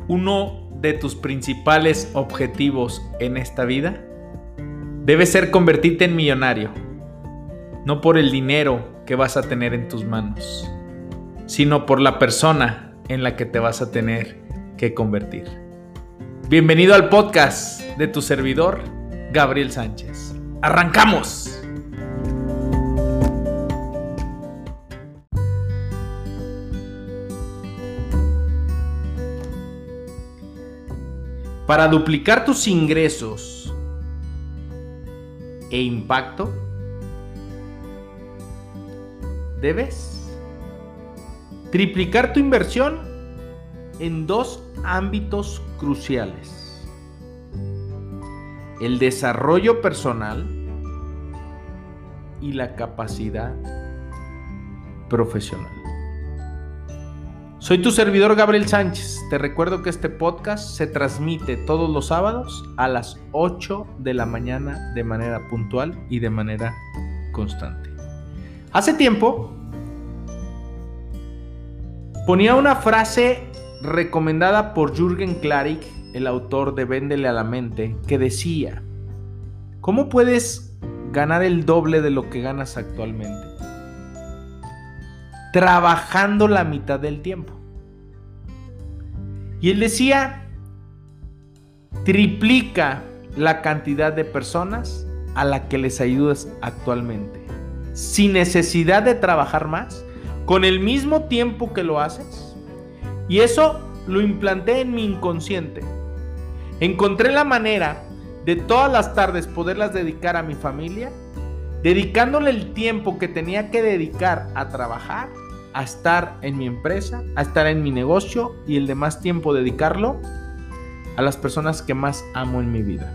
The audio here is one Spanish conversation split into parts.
uno de tus principales objetivos en esta vida debe ser convertirte en millonario, no por el dinero que vas a tener en tus manos, sino por la persona en la que te vas a tener que convertir. Bienvenido al podcast de tu servidor, Gabriel Sánchez. ¡Arrancamos! Para duplicar tus ingresos e impacto, debes triplicar tu inversión en dos ámbitos cruciales: el desarrollo personal y la capacidad profesional. Soy tu servidor Gabriel Sánchez. Te recuerdo que este podcast se transmite todos los sábados a las 8 de la mañana de manera puntual y de manera constante. Hace tiempo ponía una frase recomendada por Jürgen Klarik, el autor de Véndele a la mente, que decía: ¿cómo puedes ganar el doble de lo que ganas actualmente? Trabajando la mitad del tiempo. Y él decía: triplica la cantidad de personas a la que les ayudas actualmente, sin necesidad de trabajar más, con el mismo tiempo que lo haces. Y eso lo implanté en mi inconsciente. Encontré la manera de todas las tardes poderlas dedicar a mi familia, dedicándole el tiempo que tenía que dedicar a trabajar, a estar en mi empresa, a estar en mi negocio, y el demás tiempo dedicarlo a las personas que más amo en mi vida.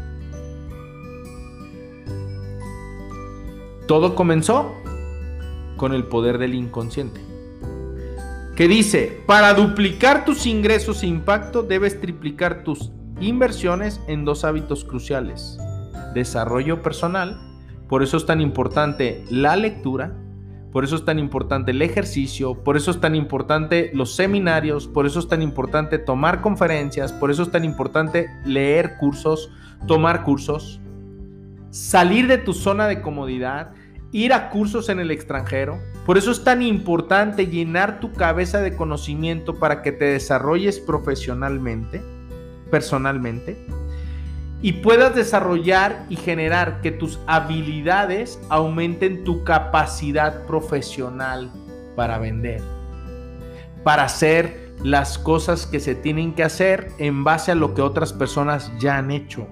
Todo comenzó con el poder del inconsciente, que dice: para duplicar tus ingresos e impacto debes triplicar tus inversiones en dos hábitos cruciales: desarrollo personal. Por eso es tan importante la lectura, por eso es tan importante el ejercicio, por eso es tan importante los seminarios, por eso es tan importante tomar conferencias, por eso es tan importante leer cursos, tomar cursos, salir de tu zona de comodidad, ir a cursos en el extranjero. Por eso es tan importante llenar tu cabeza de conocimiento para que te desarrolles profesionalmente, personalmente, y puedas desarrollar y generar que tus habilidades aumenten tu capacidad profesional para vender, para hacer las cosas que se tienen que hacer en base a lo que otras personas ya han hecho.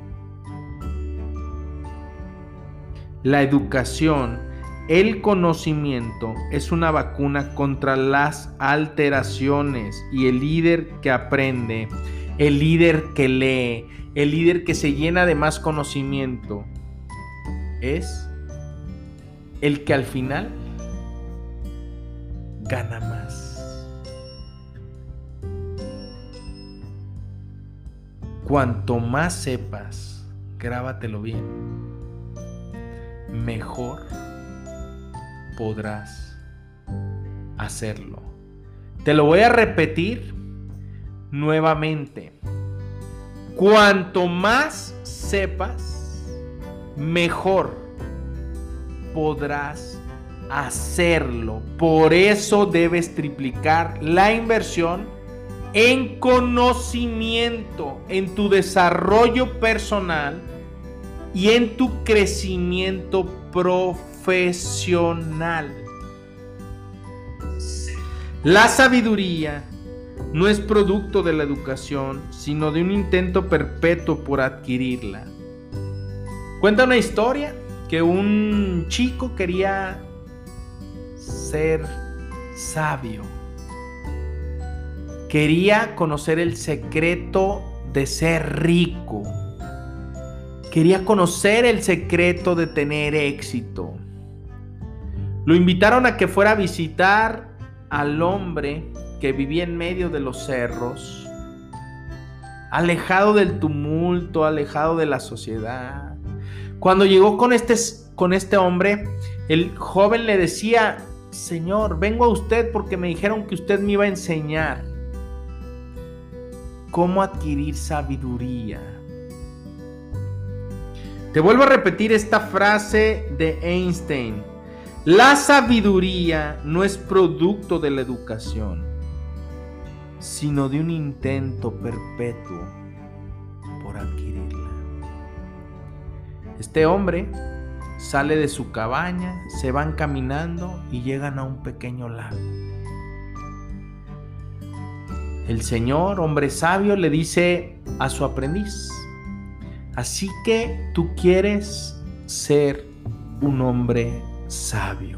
La educación, el conocimiento, es una vacuna contra las alteraciones, y el líder que aprende, el líder que lee, el líder que se llena de más conocimiento, es el que al final gana más. Cuanto más sepas, grábatelo bien, mejor podrás hacerlo. Te lo voy a repetir nuevamente. Cuanto más sepas, mejor podrás hacerlo. Por eso debes triplicar la inversión en conocimiento, en tu desarrollo personal y en tu crecimiento profesional. La sabiduría no es producto de la educación, sino de un intento perpetuo por adquirirla. Cuenta una historia que un chico quería ser sabio. Quería conocer el secreto de ser rico. Quería conocer el secreto de tener éxito. Lo invitaron a que fuera a visitar al hombre que vivía en medio de los cerros, alejado del tumulto, alejado de la sociedad. Cuando llegó con este hombre, el joven le decía: Señor, vengo a usted porque me dijeron que usted me iba a enseñar. cómo adquirir sabiduría. Te vuelvo a repetir esta frase de Einstein. La sabiduría no es producto de la educación, sino de un intento perpetuo por adquirirla. Este hombre sale de su cabaña, se van caminando y llegan a un pequeño lago. El señor, hombre sabio, le dice a su aprendiz: así que tú quieres ser un hombre sabio.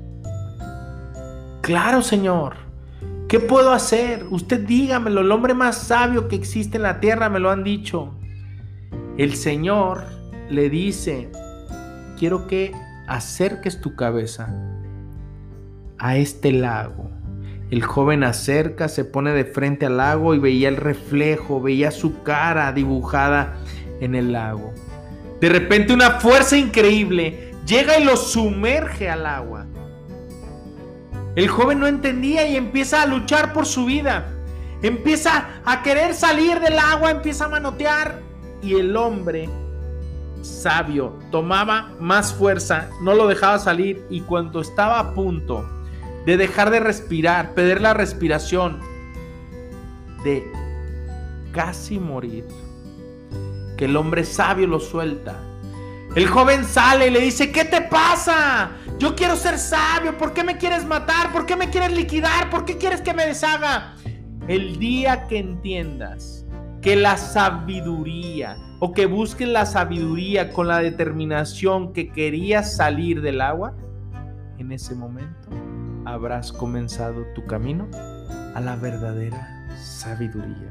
Claro, señor. ¿Qué puedo hacer? Usted dígamelo. El hombre más sabio que existe en la tierra me lo han dicho. El señor le dice: quiero que acerques tu cabeza a este lago. El joven acerca, se pone de frente al lago y veía el reflejo, veía su cara dibujada en el lago. De repente una fuerza increíble llega y lo sumerge al agua. El joven no entendía y empieza a luchar por su vida. Empieza a querer salir del agua, empieza a manotear. Y el hombre sabio tomaba más fuerza, no lo dejaba salir. Y cuando estaba a punto de dejar de respirar, perder la respiración, de casi morir, que el hombre sabio lo suelta. El joven sale y le dice: ¿qué te pasa? Yo quiero ser sabio. ¿Por qué me quieres matar? ¿Por qué me quieres liquidar? ¿Por qué quieres que me deshaga? El día que entiendas que la sabiduría, o que busques la sabiduría con la determinación que querías salir del agua, en ese momento habrás comenzado tu camino a la verdadera sabiduría.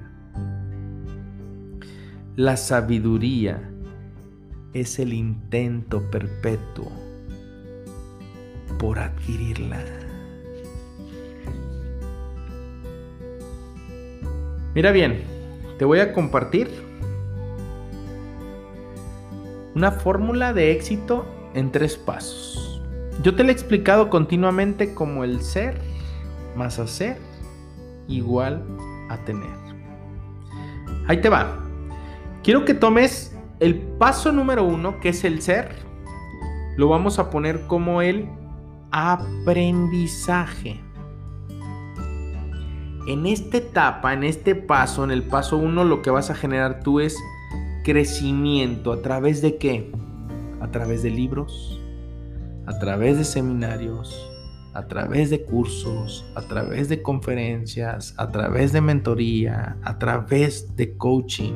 La sabiduría es el intento perpetuo por adquirirla. Mira bien, te voy a compartir una fórmula de éxito en 3 pasos. Yo te lo he explicado continuamente como el ser más hacer igual a tener. Ahí te va. Quiero que tomes el paso número 1, que es el ser. Lo vamos a poner como el aprendizaje. En esta etapa, en este paso, en el paso 1, lo que vas a generar tú es crecimiento. ¿A través de qué? A través de libros, a través de seminarios, a través de cursos, a través de conferencias, a través de mentoría, a través de coaching.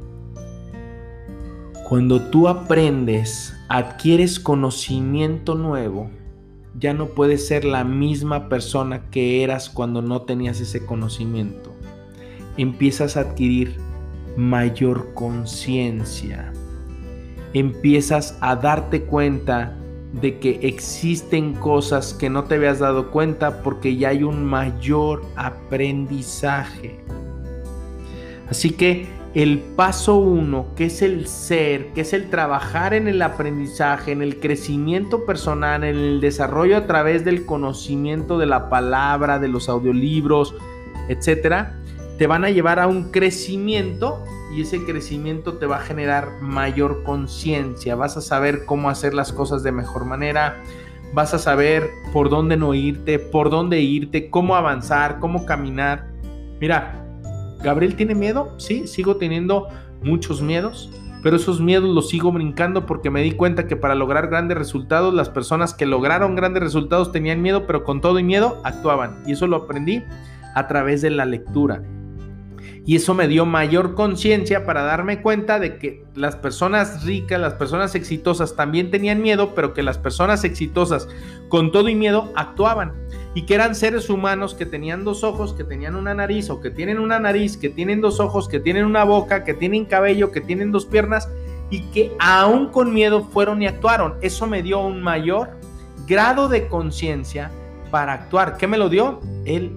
Cuando tú aprendes, adquieres conocimiento nuevo, ya no puedes ser la misma persona que eras cuando no tenías ese conocimiento. Empiezas a adquirir mayor conciencia. Empiezas a darte cuenta de que existen cosas que no te habías dado cuenta porque ya hay un mayor aprendizaje. Así que el paso 1, que es el ser, que es el trabajar en el aprendizaje, en el crecimiento personal, en el desarrollo a través del conocimiento de la palabra, de los audiolibros, etcétera, te van a llevar a un crecimiento y ese crecimiento te va a generar mayor conciencia. Vas a saber cómo hacer las cosas de mejor manera, vas a saber por dónde no irte, por dónde irte, cómo avanzar, cómo caminar. Mira, ¿Gabriel tiene miedo? Sí, sigo teniendo muchos miedos, pero esos miedos los sigo brincando porque me di cuenta que para lograr grandes resultados, las personas que lograron grandes resultados tenían miedo, pero con todo y miedo actuaban. Y eso lo aprendí a través de la lectura. Y eso me dio mayor conciencia para darme cuenta de que las personas ricas, las personas exitosas también tenían miedo, pero que las personas exitosas con todo y miedo actuaban. Y que eran seres humanos que tenían 2 ojos, que tenían una nariz, o que tienen una nariz, que tienen 2 ojos, que tienen una boca, que tienen cabello, que tienen 2 piernas, y que aún con miedo fueron y actuaron. Eso me dio un mayor grado de conciencia para actuar. ¿Qué me lo dio? El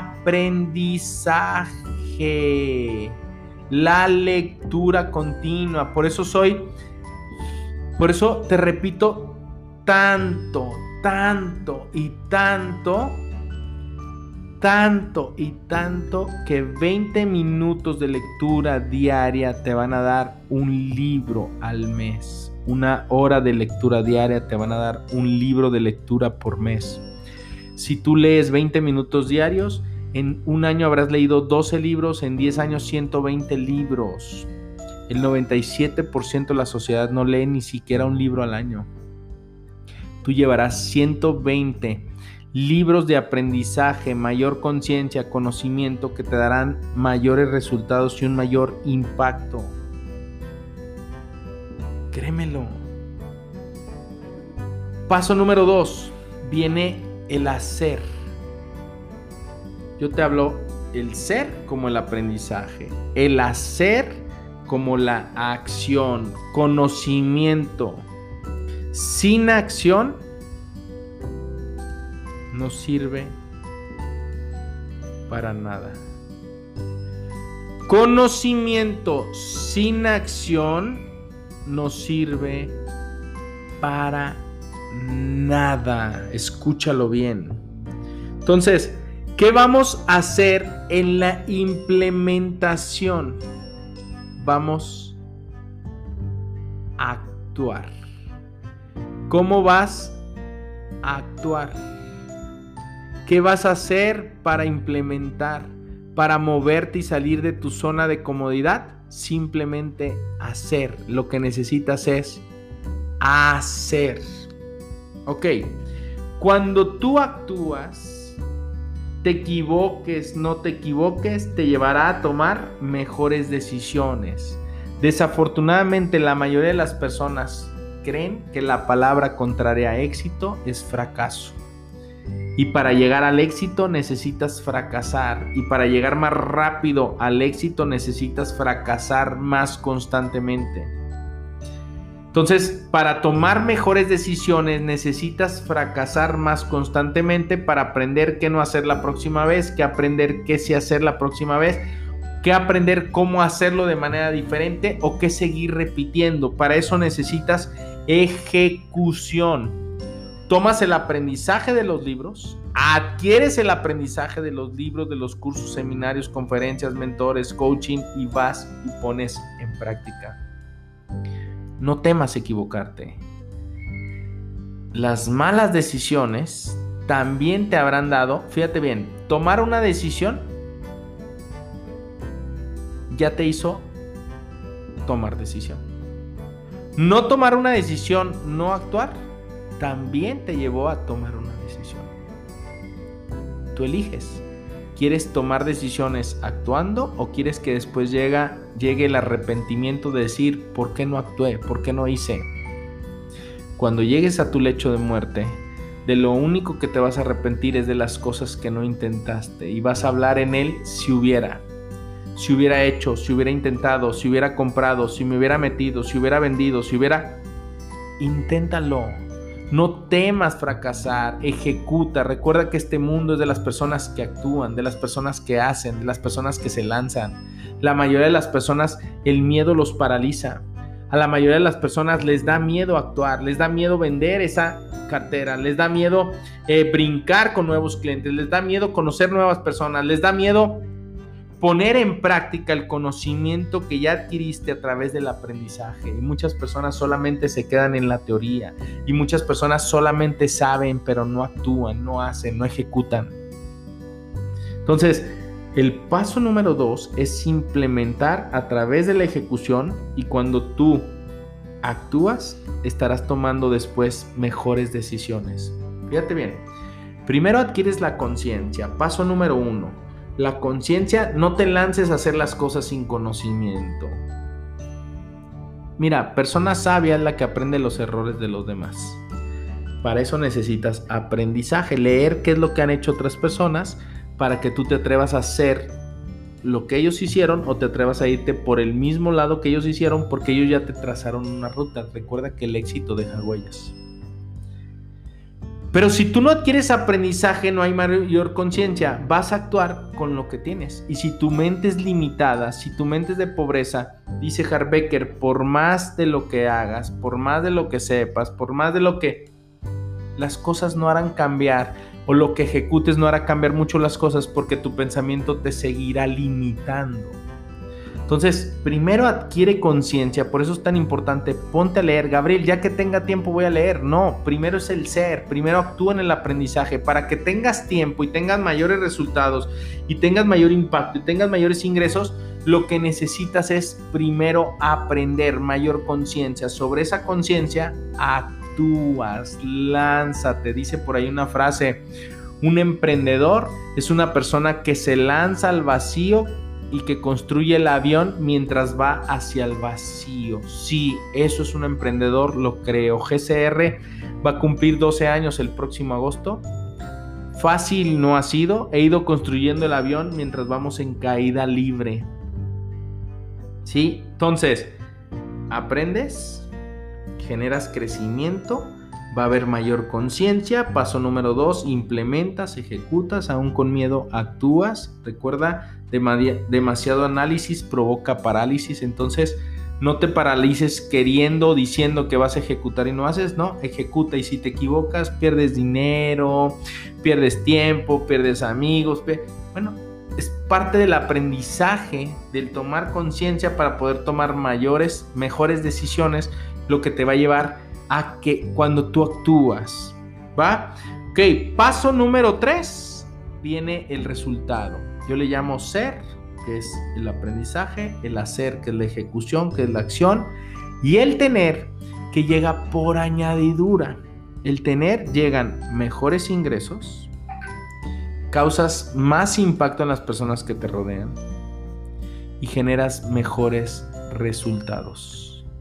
aprendizaje, la lectura continua. Por eso te repito tanto tanto y tanto que 20 minutos de lectura diaria te van a dar un libro al mes. 1 hora de lectura diaria te van a dar un libro de lectura por mes. Si tú lees 20 minutos diarios, en un año habrás leído 12 libros, en 10 años 120 libros. El 97% de la sociedad no lee ni siquiera un libro al año. Tú llevarás 120 libros de aprendizaje, mayor conciencia, conocimiento que te darán mayores resultados y un mayor impacto. Créemelo. Paso número 2. Viene el hacer. Yo te hablo el ser como el aprendizaje, el hacer como la acción, conocimiento. Sin acción no sirve para nada. Conocimiento sin acción no sirve para nada. Escúchalo bien. Entonces, ¿qué vamos a hacer en la implementación? Vamos a actuar. ¿Cómo vas a actuar? ¿Qué vas a hacer para implementar, para moverte y salir de tu zona de comodidad? Simplemente hacer. Lo que necesitas es hacer. Ok. Cuando tú actúas, te equivoques, no te equivoques, te llevará a tomar mejores decisiones. Desafortunadamente, la mayoría de las personas creen que la palabra contraria a éxito es fracaso. Y para llegar al éxito necesitas fracasar. Y para llegar más rápido al éxito necesitas fracasar más constantemente. Entonces, para tomar mejores decisiones necesitas fracasar más constantemente para aprender qué no hacer la próxima vez, qué aprender qué sí hacer la próxima vez, qué aprender cómo hacerlo de manera diferente o qué seguir repitiendo. Para eso necesitas ejecución. Tomas el aprendizaje de los libros, adquieres el aprendizaje de los libros, de los cursos, seminarios, conferencias, mentores, coaching y vas y pones en práctica. No temas equivocarte. Las malas decisiones también te habrán dado, fíjate bien, tomar una decisión ya te hizo tomar decisión. No tomar una decisión, no actuar, también te llevó a tomar una decisión. Tú eliges. ¿Quieres tomar decisiones actuando o quieres que después llegue el arrepentimiento de decir ¿por qué no actué? ¿Por qué no hice? Cuando llegues a tu lecho de muerte, de lo único que te vas a arrepentir es de las cosas que no intentaste y vas a hablar en él si hubiera hecho, si hubiera intentado, si hubiera comprado, si me hubiera metido, si hubiera vendido, si hubiera... Inténtalo. No temas fracasar, ejecuta. Recuerda que este mundo es de las personas que actúan, de las personas que hacen, de las personas que se lanzan. La mayoría de las personas, el miedo los paraliza. A la mayoría de las personas les da miedo actuar, les da miedo vender esa cartera, les da miedo brincar con nuevos clientes, les da miedo conocer nuevas personas, les da miedo poner en práctica el conocimiento que ya adquiriste a través del aprendizaje. Y muchas personas solamente se quedan en la teoría. Y muchas personas solamente saben, pero no actúan, no hacen, no ejecutan. Entonces, el paso número 2 es implementar a través de la ejecución. Y cuando tú actúas, estarás tomando después mejores decisiones. Fíjate bien. Primero adquieres la conciencia. Paso número 1. La conciencia, no te lances a hacer las cosas sin conocimiento. Mira, persona sabia es la que aprende los errores de los demás. Para eso necesitas aprendizaje, leer qué es lo que han hecho otras personas para que tú te atrevas a hacer lo que ellos hicieron o te atrevas a irte por el mismo lado que ellos hicieron porque ellos ya te trazaron una ruta. Recuerda que el éxito deja huellas. Pero si tú no adquieres aprendizaje, no hay mayor conciencia. Vas a actuar con lo que tienes. Y si tu mente es limitada, si tu mente es de pobreza, dice Harbecker, por más de lo que hagas, por más de lo que sepas, por más de lo que... las cosas no harán cambiar o lo que ejecutes no hará cambiar mucho las cosas porque tu pensamiento te seguirá limitando. Entonces, primero adquiere conciencia, por eso es tan importante, ponte a leer. Gabriel, ya que tenga tiempo voy a leer. No, primero es el ser, primero actúa en el aprendizaje. Para que tengas tiempo y tengas mayores resultados y tengas mayor impacto y tengas mayores ingresos, lo que necesitas es primero aprender, mayor conciencia. Sobre esa conciencia, actúas, lánzate. Dice por ahí una frase, un emprendedor es una persona que se lanza al vacío y que construye el avión mientras va hacia el vacío. Sí, eso es un emprendedor, lo creo. GCR va a cumplir 12 años el próximo agosto. Fácil no ha sido. He ido construyendo el avión mientras vamos en caída libre. Sí, entonces, aprendes, generas crecimiento, va a haber mayor conciencia. Paso número 2, implementas, ejecutas, aún con miedo actúas. Recuerda, demasiado análisis provoca parálisis, entonces no te paralices queriendo, diciendo que vas a ejecutar y no haces, no, ejecuta, y si te equivocas pierdes dinero, pierdes tiempo, pierdes amigos, bueno, es parte del aprendizaje, del tomar conciencia para poder tomar mejores decisiones, lo que te va a llevar a que cuando tú actúas, ¿va? Ok, paso número 3, viene el resultado. Yo le llamo ser, que es el aprendizaje, el hacer, que es la ejecución, que es la acción, y el tener, que llega por añadidura. El tener, llegan mejores ingresos, causas más impacto en las personas que te rodean y generas mejores resultados.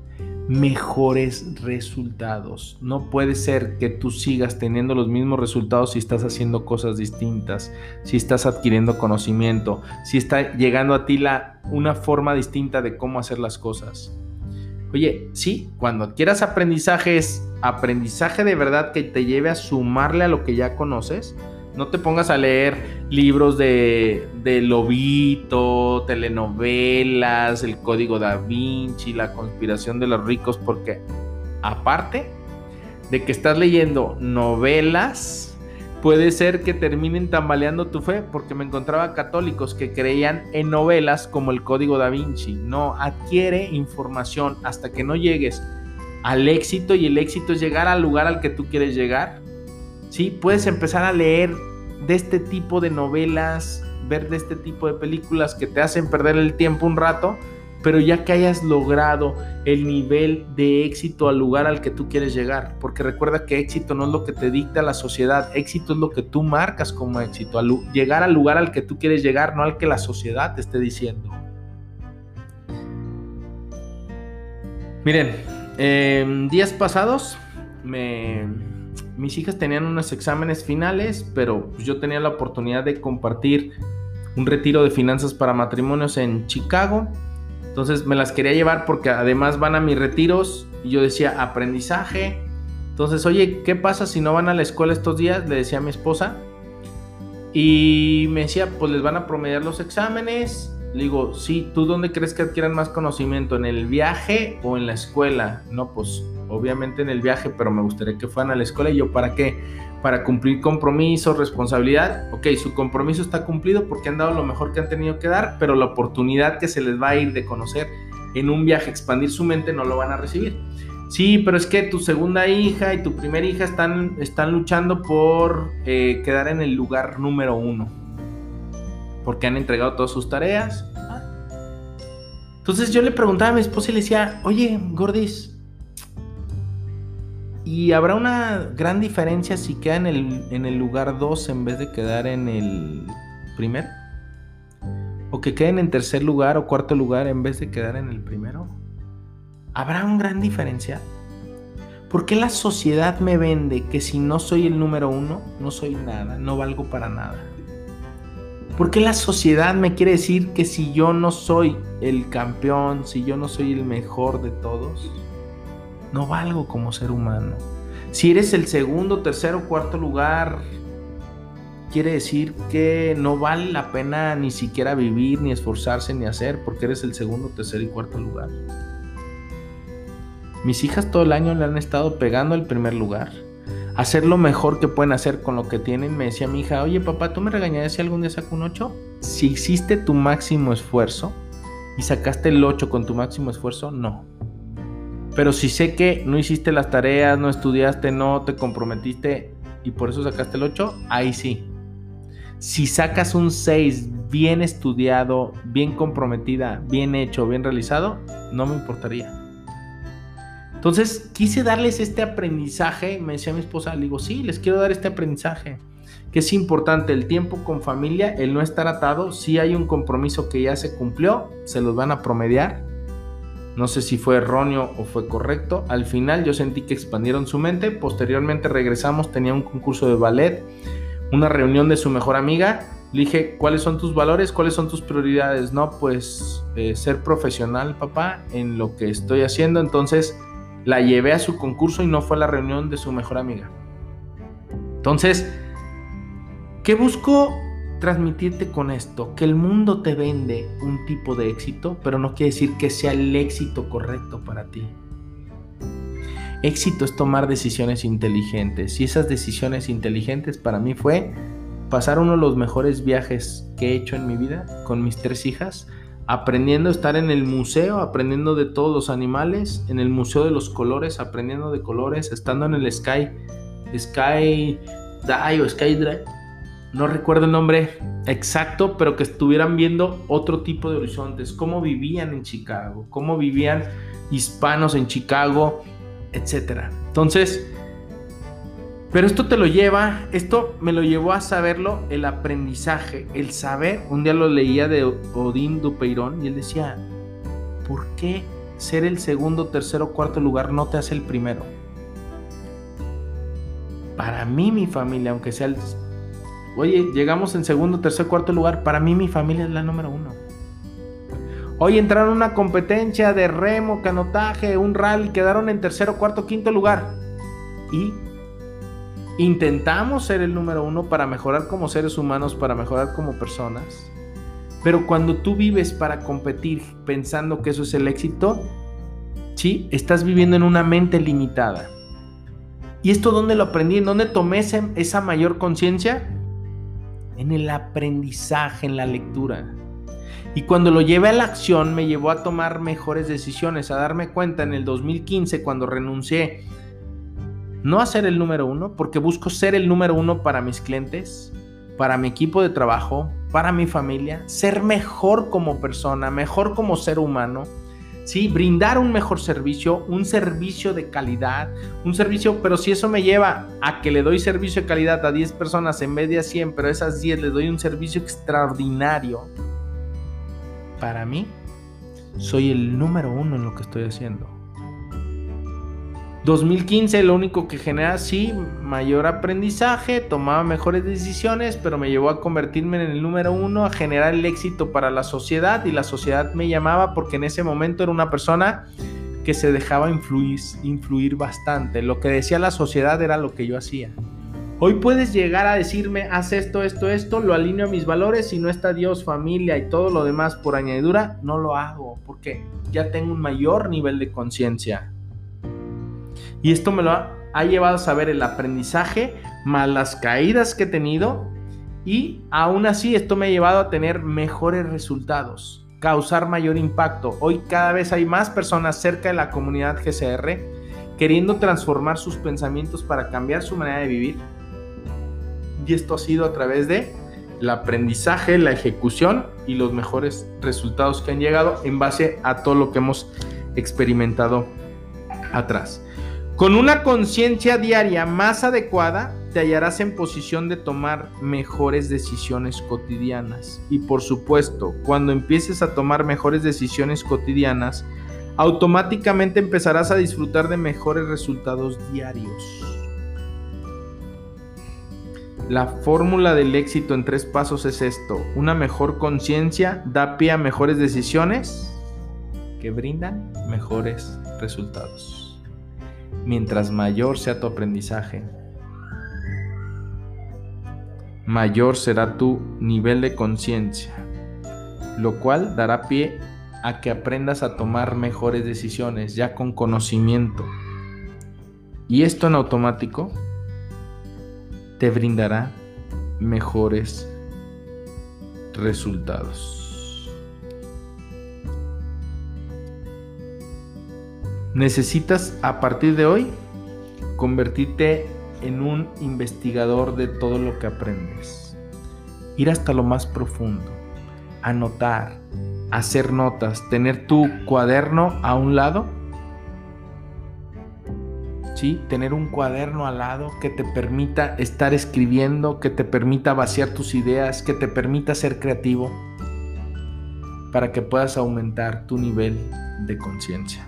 Mejores resultados. No puede ser que tú sigas teniendo los mismos resultados si estás haciendo cosas distintas, si estás adquiriendo conocimiento, si está llegando a ti una forma distinta de cómo hacer las cosas. Oye, sí, cuando adquieras aprendizaje es aprendizaje de verdad que te lleve a sumarle a lo que ya conoces. No te pongas a leer libros de Lobito, telenovelas, el Código Da Vinci, la conspiración de los ricos, porque aparte de que estás leyendo novelas, puede ser que terminen tambaleando tu fe, porque me encontraba católicos que creían en novelas como el Código Da Vinci. No, adquiere información hasta que no llegues al éxito, y el éxito es llegar al lugar al que tú quieres llegar. Sí, puedes empezar a leer de este tipo de novelas, ver de este tipo de películas que te hacen perder el tiempo un rato, pero ya que hayas logrado el nivel de éxito al lugar al que tú quieres llegar, porque recuerda que éxito no es lo que te dicta la sociedad, éxito es lo que tú marcas como éxito, llegar al lugar al que tú quieres llegar, no al que la sociedad te esté diciendo. Miren, días pasados mis hijas tenían unos exámenes finales, pero yo tenía la oportunidad de compartir un retiro de finanzas para matrimonios en Chicago. Entonces me las quería llevar porque además van a mis retiros y yo decía aprendizaje. Entonces, oye, ¿qué pasa si no van a la escuela estos días? Le decía a mi esposa. Y me decía, pues les van a promediar los exámenes. Le digo, sí, ¿tú dónde crees que adquieran más conocimiento? ¿En el viaje o en la escuela? No, pues obviamente en el viaje, pero me gustaría que fueran a la escuela. Y yo, ¿para qué? Para cumplir compromisos, responsabilidad. Ok, su compromiso está cumplido porque han dado lo mejor que han tenido que dar, pero la oportunidad que se les va a ir de conocer en un viaje, expandir su mente, no lo van a recibir. Sí, pero es que tu segunda hija y tu primera hija están luchando por quedar en el lugar número 1, porque han entregado todas sus tareas. Entonces yo le preguntaba a mi esposa y le decía, oye, Gordis, ¿y habrá una gran diferencia si queda en el lugar 2 en vez de quedar en el primero? ¿O que queden en tercer lugar o cuarto lugar en vez de quedar en el primero? ¿Habrá una gran diferencia? ¿Por qué la sociedad me vende que si no soy el número 1, no soy nada, no valgo para nada? ¿Por qué la sociedad me quiere decir que si yo no soy el campeón, si yo no soy el mejor de todos, no valgo como ser humano? Si eres el segundo, tercero, cuarto lugar, quiere decir que no vale la pena ni siquiera vivir, ni esforzarse, ni hacer, porque eres el segundo, tercero y cuarto lugar. Mis hijas todo el año le han estado pegando el primer lugar. hacer lo mejor que pueden hacer con lo que tienen. Me decía mi hija, oye papá, ¿tú me regañarías si algún día saco un 8? Si hiciste tu máximo esfuerzo y sacaste el 8 con tu máximo esfuerzo, no. Pero si sé que no hiciste las tareas, no estudiaste, no te comprometiste y por eso sacaste el 8, ahí sí. Si sacas un 6 bien estudiado, bien comprometida, bien hecho, bien realizado, no me importaría. Entonces quise darles este aprendizaje. Me decía mi esposa, le digo, sí, les quiero dar este aprendizaje, que es importante el tiempo con familia, el no estar atado. Si hay un compromiso que ya se cumplió, se los van a promediar. No sé si fue erróneo o fue correcto. Al final yo sentí que expandieron su mente. Posteriormente regresamos, tenía un concurso de ballet, una reunión de su mejor amiga. Le dije, ¿cuáles son tus valores? ¿Cuáles son tus prioridades? No, pues ser profesional, papá, en lo que estoy haciendo. Entonces la llevé a su concurso y no fue a la reunión de su mejor amiga. Entonces, ¿qué busco transmitirte con esto? Que el mundo te vende un tipo de éxito, pero no quiere decir que sea el éxito correcto para ti. Éxito es tomar decisiones inteligentes, y esas decisiones inteligentes para mí fue pasar uno de los mejores viajes que he hecho en mi vida con mis 3 hijas, aprendiendo a estar en el museo, aprendiendo de todos los animales, en el Museo de los Colores, aprendiendo de colores, estando en el Sky Dive o Sky Drive, no recuerdo el nombre exacto, pero que estuvieran viendo otro tipo de horizontes, cómo vivían en Chicago, cómo vivían hispanos en Chicago, etcétera. Entonces, pero esto me lo llevó a saberlo, el aprendizaje, el saber. Un día lo leía de Odín Dupeirón y él decía, ¿por qué ser el segundo, tercero, cuarto lugar no te hace el primero? Para mí, mi familia, aunque sea oye, llegamos en segundo, tercer, cuarto lugar, para mí mi familia es la número 1. Hoy entraron a una competencia de remo, canotaje, un rally, quedaron en tercero, cuarto, quinto lugar. Y intentamos ser el número 1 para mejorar como seres humanos, para mejorar como personas. Pero cuando tú vives para competir pensando que eso es el éxito, ¿sí? Estás viviendo en una mente limitada. ¿Y esto dónde lo aprendí? ¿En dónde tomé esa mayor conciencia? En el aprendizaje, en la lectura. Y cuando lo llevé a la acción, me llevó a tomar mejores decisiones, a darme cuenta en el 2015, cuando renuncié, no a ser el número 1, porque busco ser el número 1 para mis clientes, para mi equipo de trabajo, para mi familia, ser mejor como persona, mejor como ser humano, ¿sí? Brindar un mejor servicio, un servicio de calidad, un servicio, pero si eso me lleva a que le doy servicio de calidad a 10 personas en vez de a 100, pero a esas 10 les doy un servicio extraordinario, para mí, soy el número 1 en lo que estoy haciendo. 2015 lo único que genera, sí, mayor aprendizaje, tomaba mejores decisiones, pero me llevó a convertirme en el número 1, a generar el éxito para la sociedad, y la sociedad me llamaba porque en ese momento era una persona que se dejaba influir bastante. Lo que decía la sociedad era lo que yo hacía. Hoy puedes llegar a decirme, haz esto, lo alineo a mis valores, si no está Dios, familia y todo lo demás por añadidura, no lo hago, porque ya tengo un mayor nivel de conciencia. Y esto me lo ha llevado a saber el aprendizaje, más las caídas que he tenido, y aún así esto me ha llevado a tener mejores resultados, causar mayor impacto. Hoy cada vez hay más personas cerca de la comunidad GCR queriendo transformar sus pensamientos para cambiar su manera de vivir. Y esto ha sido a través de el aprendizaje, la ejecución y los mejores resultados que han llegado en base a todo lo que hemos experimentado atrás. Con una conciencia diaria más adecuada, te hallarás en posición de tomar mejores decisiones cotidianas. Y por supuesto, cuando empieces a tomar mejores decisiones cotidianas, automáticamente empezarás a disfrutar de mejores resultados diarios. La fórmula del éxito en 3 pasos es esto: una mejor conciencia da pie a mejores decisiones que brindan mejores resultados. Mientras mayor sea tu aprendizaje, mayor será tu nivel de conciencia, lo cual dará pie a que aprendas a tomar mejores decisiones ya con conocimiento. Y esto en automático te brindará mejores resultados. Necesitas a partir de hoy convertirte en un investigador de todo lo que aprendes. Ir hasta lo más profundo, anotar, hacer notas, tener tu cuaderno a un lado. ¿Sí? Tener un cuaderno al lado que te permita estar escribiendo, que te permita vaciar tus ideas, que te permita ser creativo, para que puedas aumentar tu nivel de conciencia.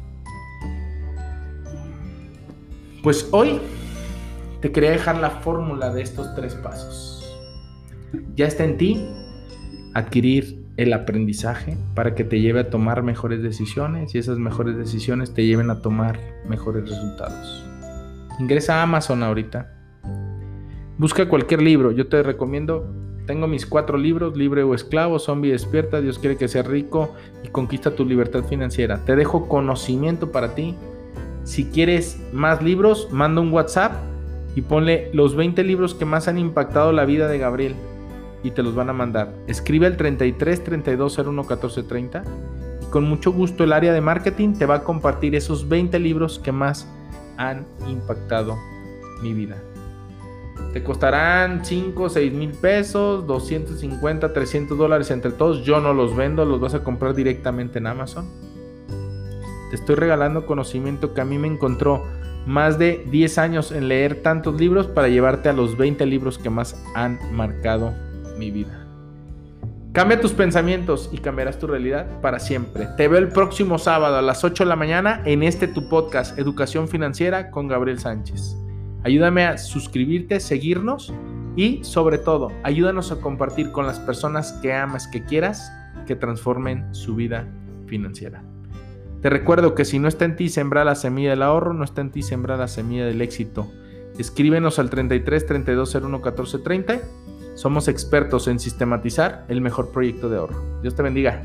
Pues hoy te quería dejar la fórmula de estos 3 pasos. Ya está en ti adquirir el aprendizaje para que te lleve a tomar mejores decisiones y esas mejores decisiones te lleven a tomar mejores resultados. Ingresa a Amazon ahorita. Busca cualquier libro. Yo te recomiendo, tengo mis 4 libros: Libre o Esclavo, Zombie Despierta, Dios quiere que seas rico y Conquista tu libertad financiera. Te dejo conocimiento para ti. Si quieres más libros, manda un WhatsApp y ponle los 20 libros que más han impactado la vida de Gabriel y te los van a mandar. Escribe al 33 32 01 14 30 y con mucho gusto el área de marketing te va a compartir esos 20 libros que más han impactado mi vida. Te costarán 5 o 6 mil pesos, 250, 300 dólares entre todos. Yo no los vendo, los vas a comprar directamente en Amazon. Te estoy regalando conocimiento que a mí me encontró más de 10 años en leer tantos libros para llevarte a los 20 libros que más han marcado mi vida. Cambia tus pensamientos y cambiarás tu realidad para siempre. Te veo el próximo sábado a las 8 de la mañana en tu podcast Educación Financiera con Gabriel Sánchez. Ayúdame a suscribirte, seguirnos y sobre todo, ayúdanos a compartir con las personas que amas, que quieras, que transformen su vida financiera. Te recuerdo que si no está en ti sembrar la semilla del ahorro, no está en ti sembrar la semilla del éxito. Escríbenos al 33 32 01 14 30. Somos expertos en sistematizar el mejor proyecto de ahorro. Dios te bendiga.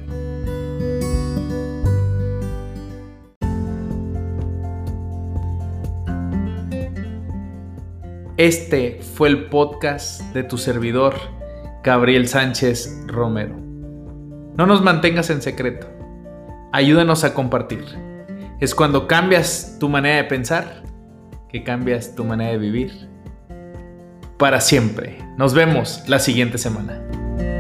Este fue el podcast de tu servidor, Gabriel Sánchez Romero. No nos mantengas en secreto. Ayúdanos a compartir. Es cuando cambias tu manera de pensar que cambias tu manera de vivir para siempre. Nos vemos la siguiente semana.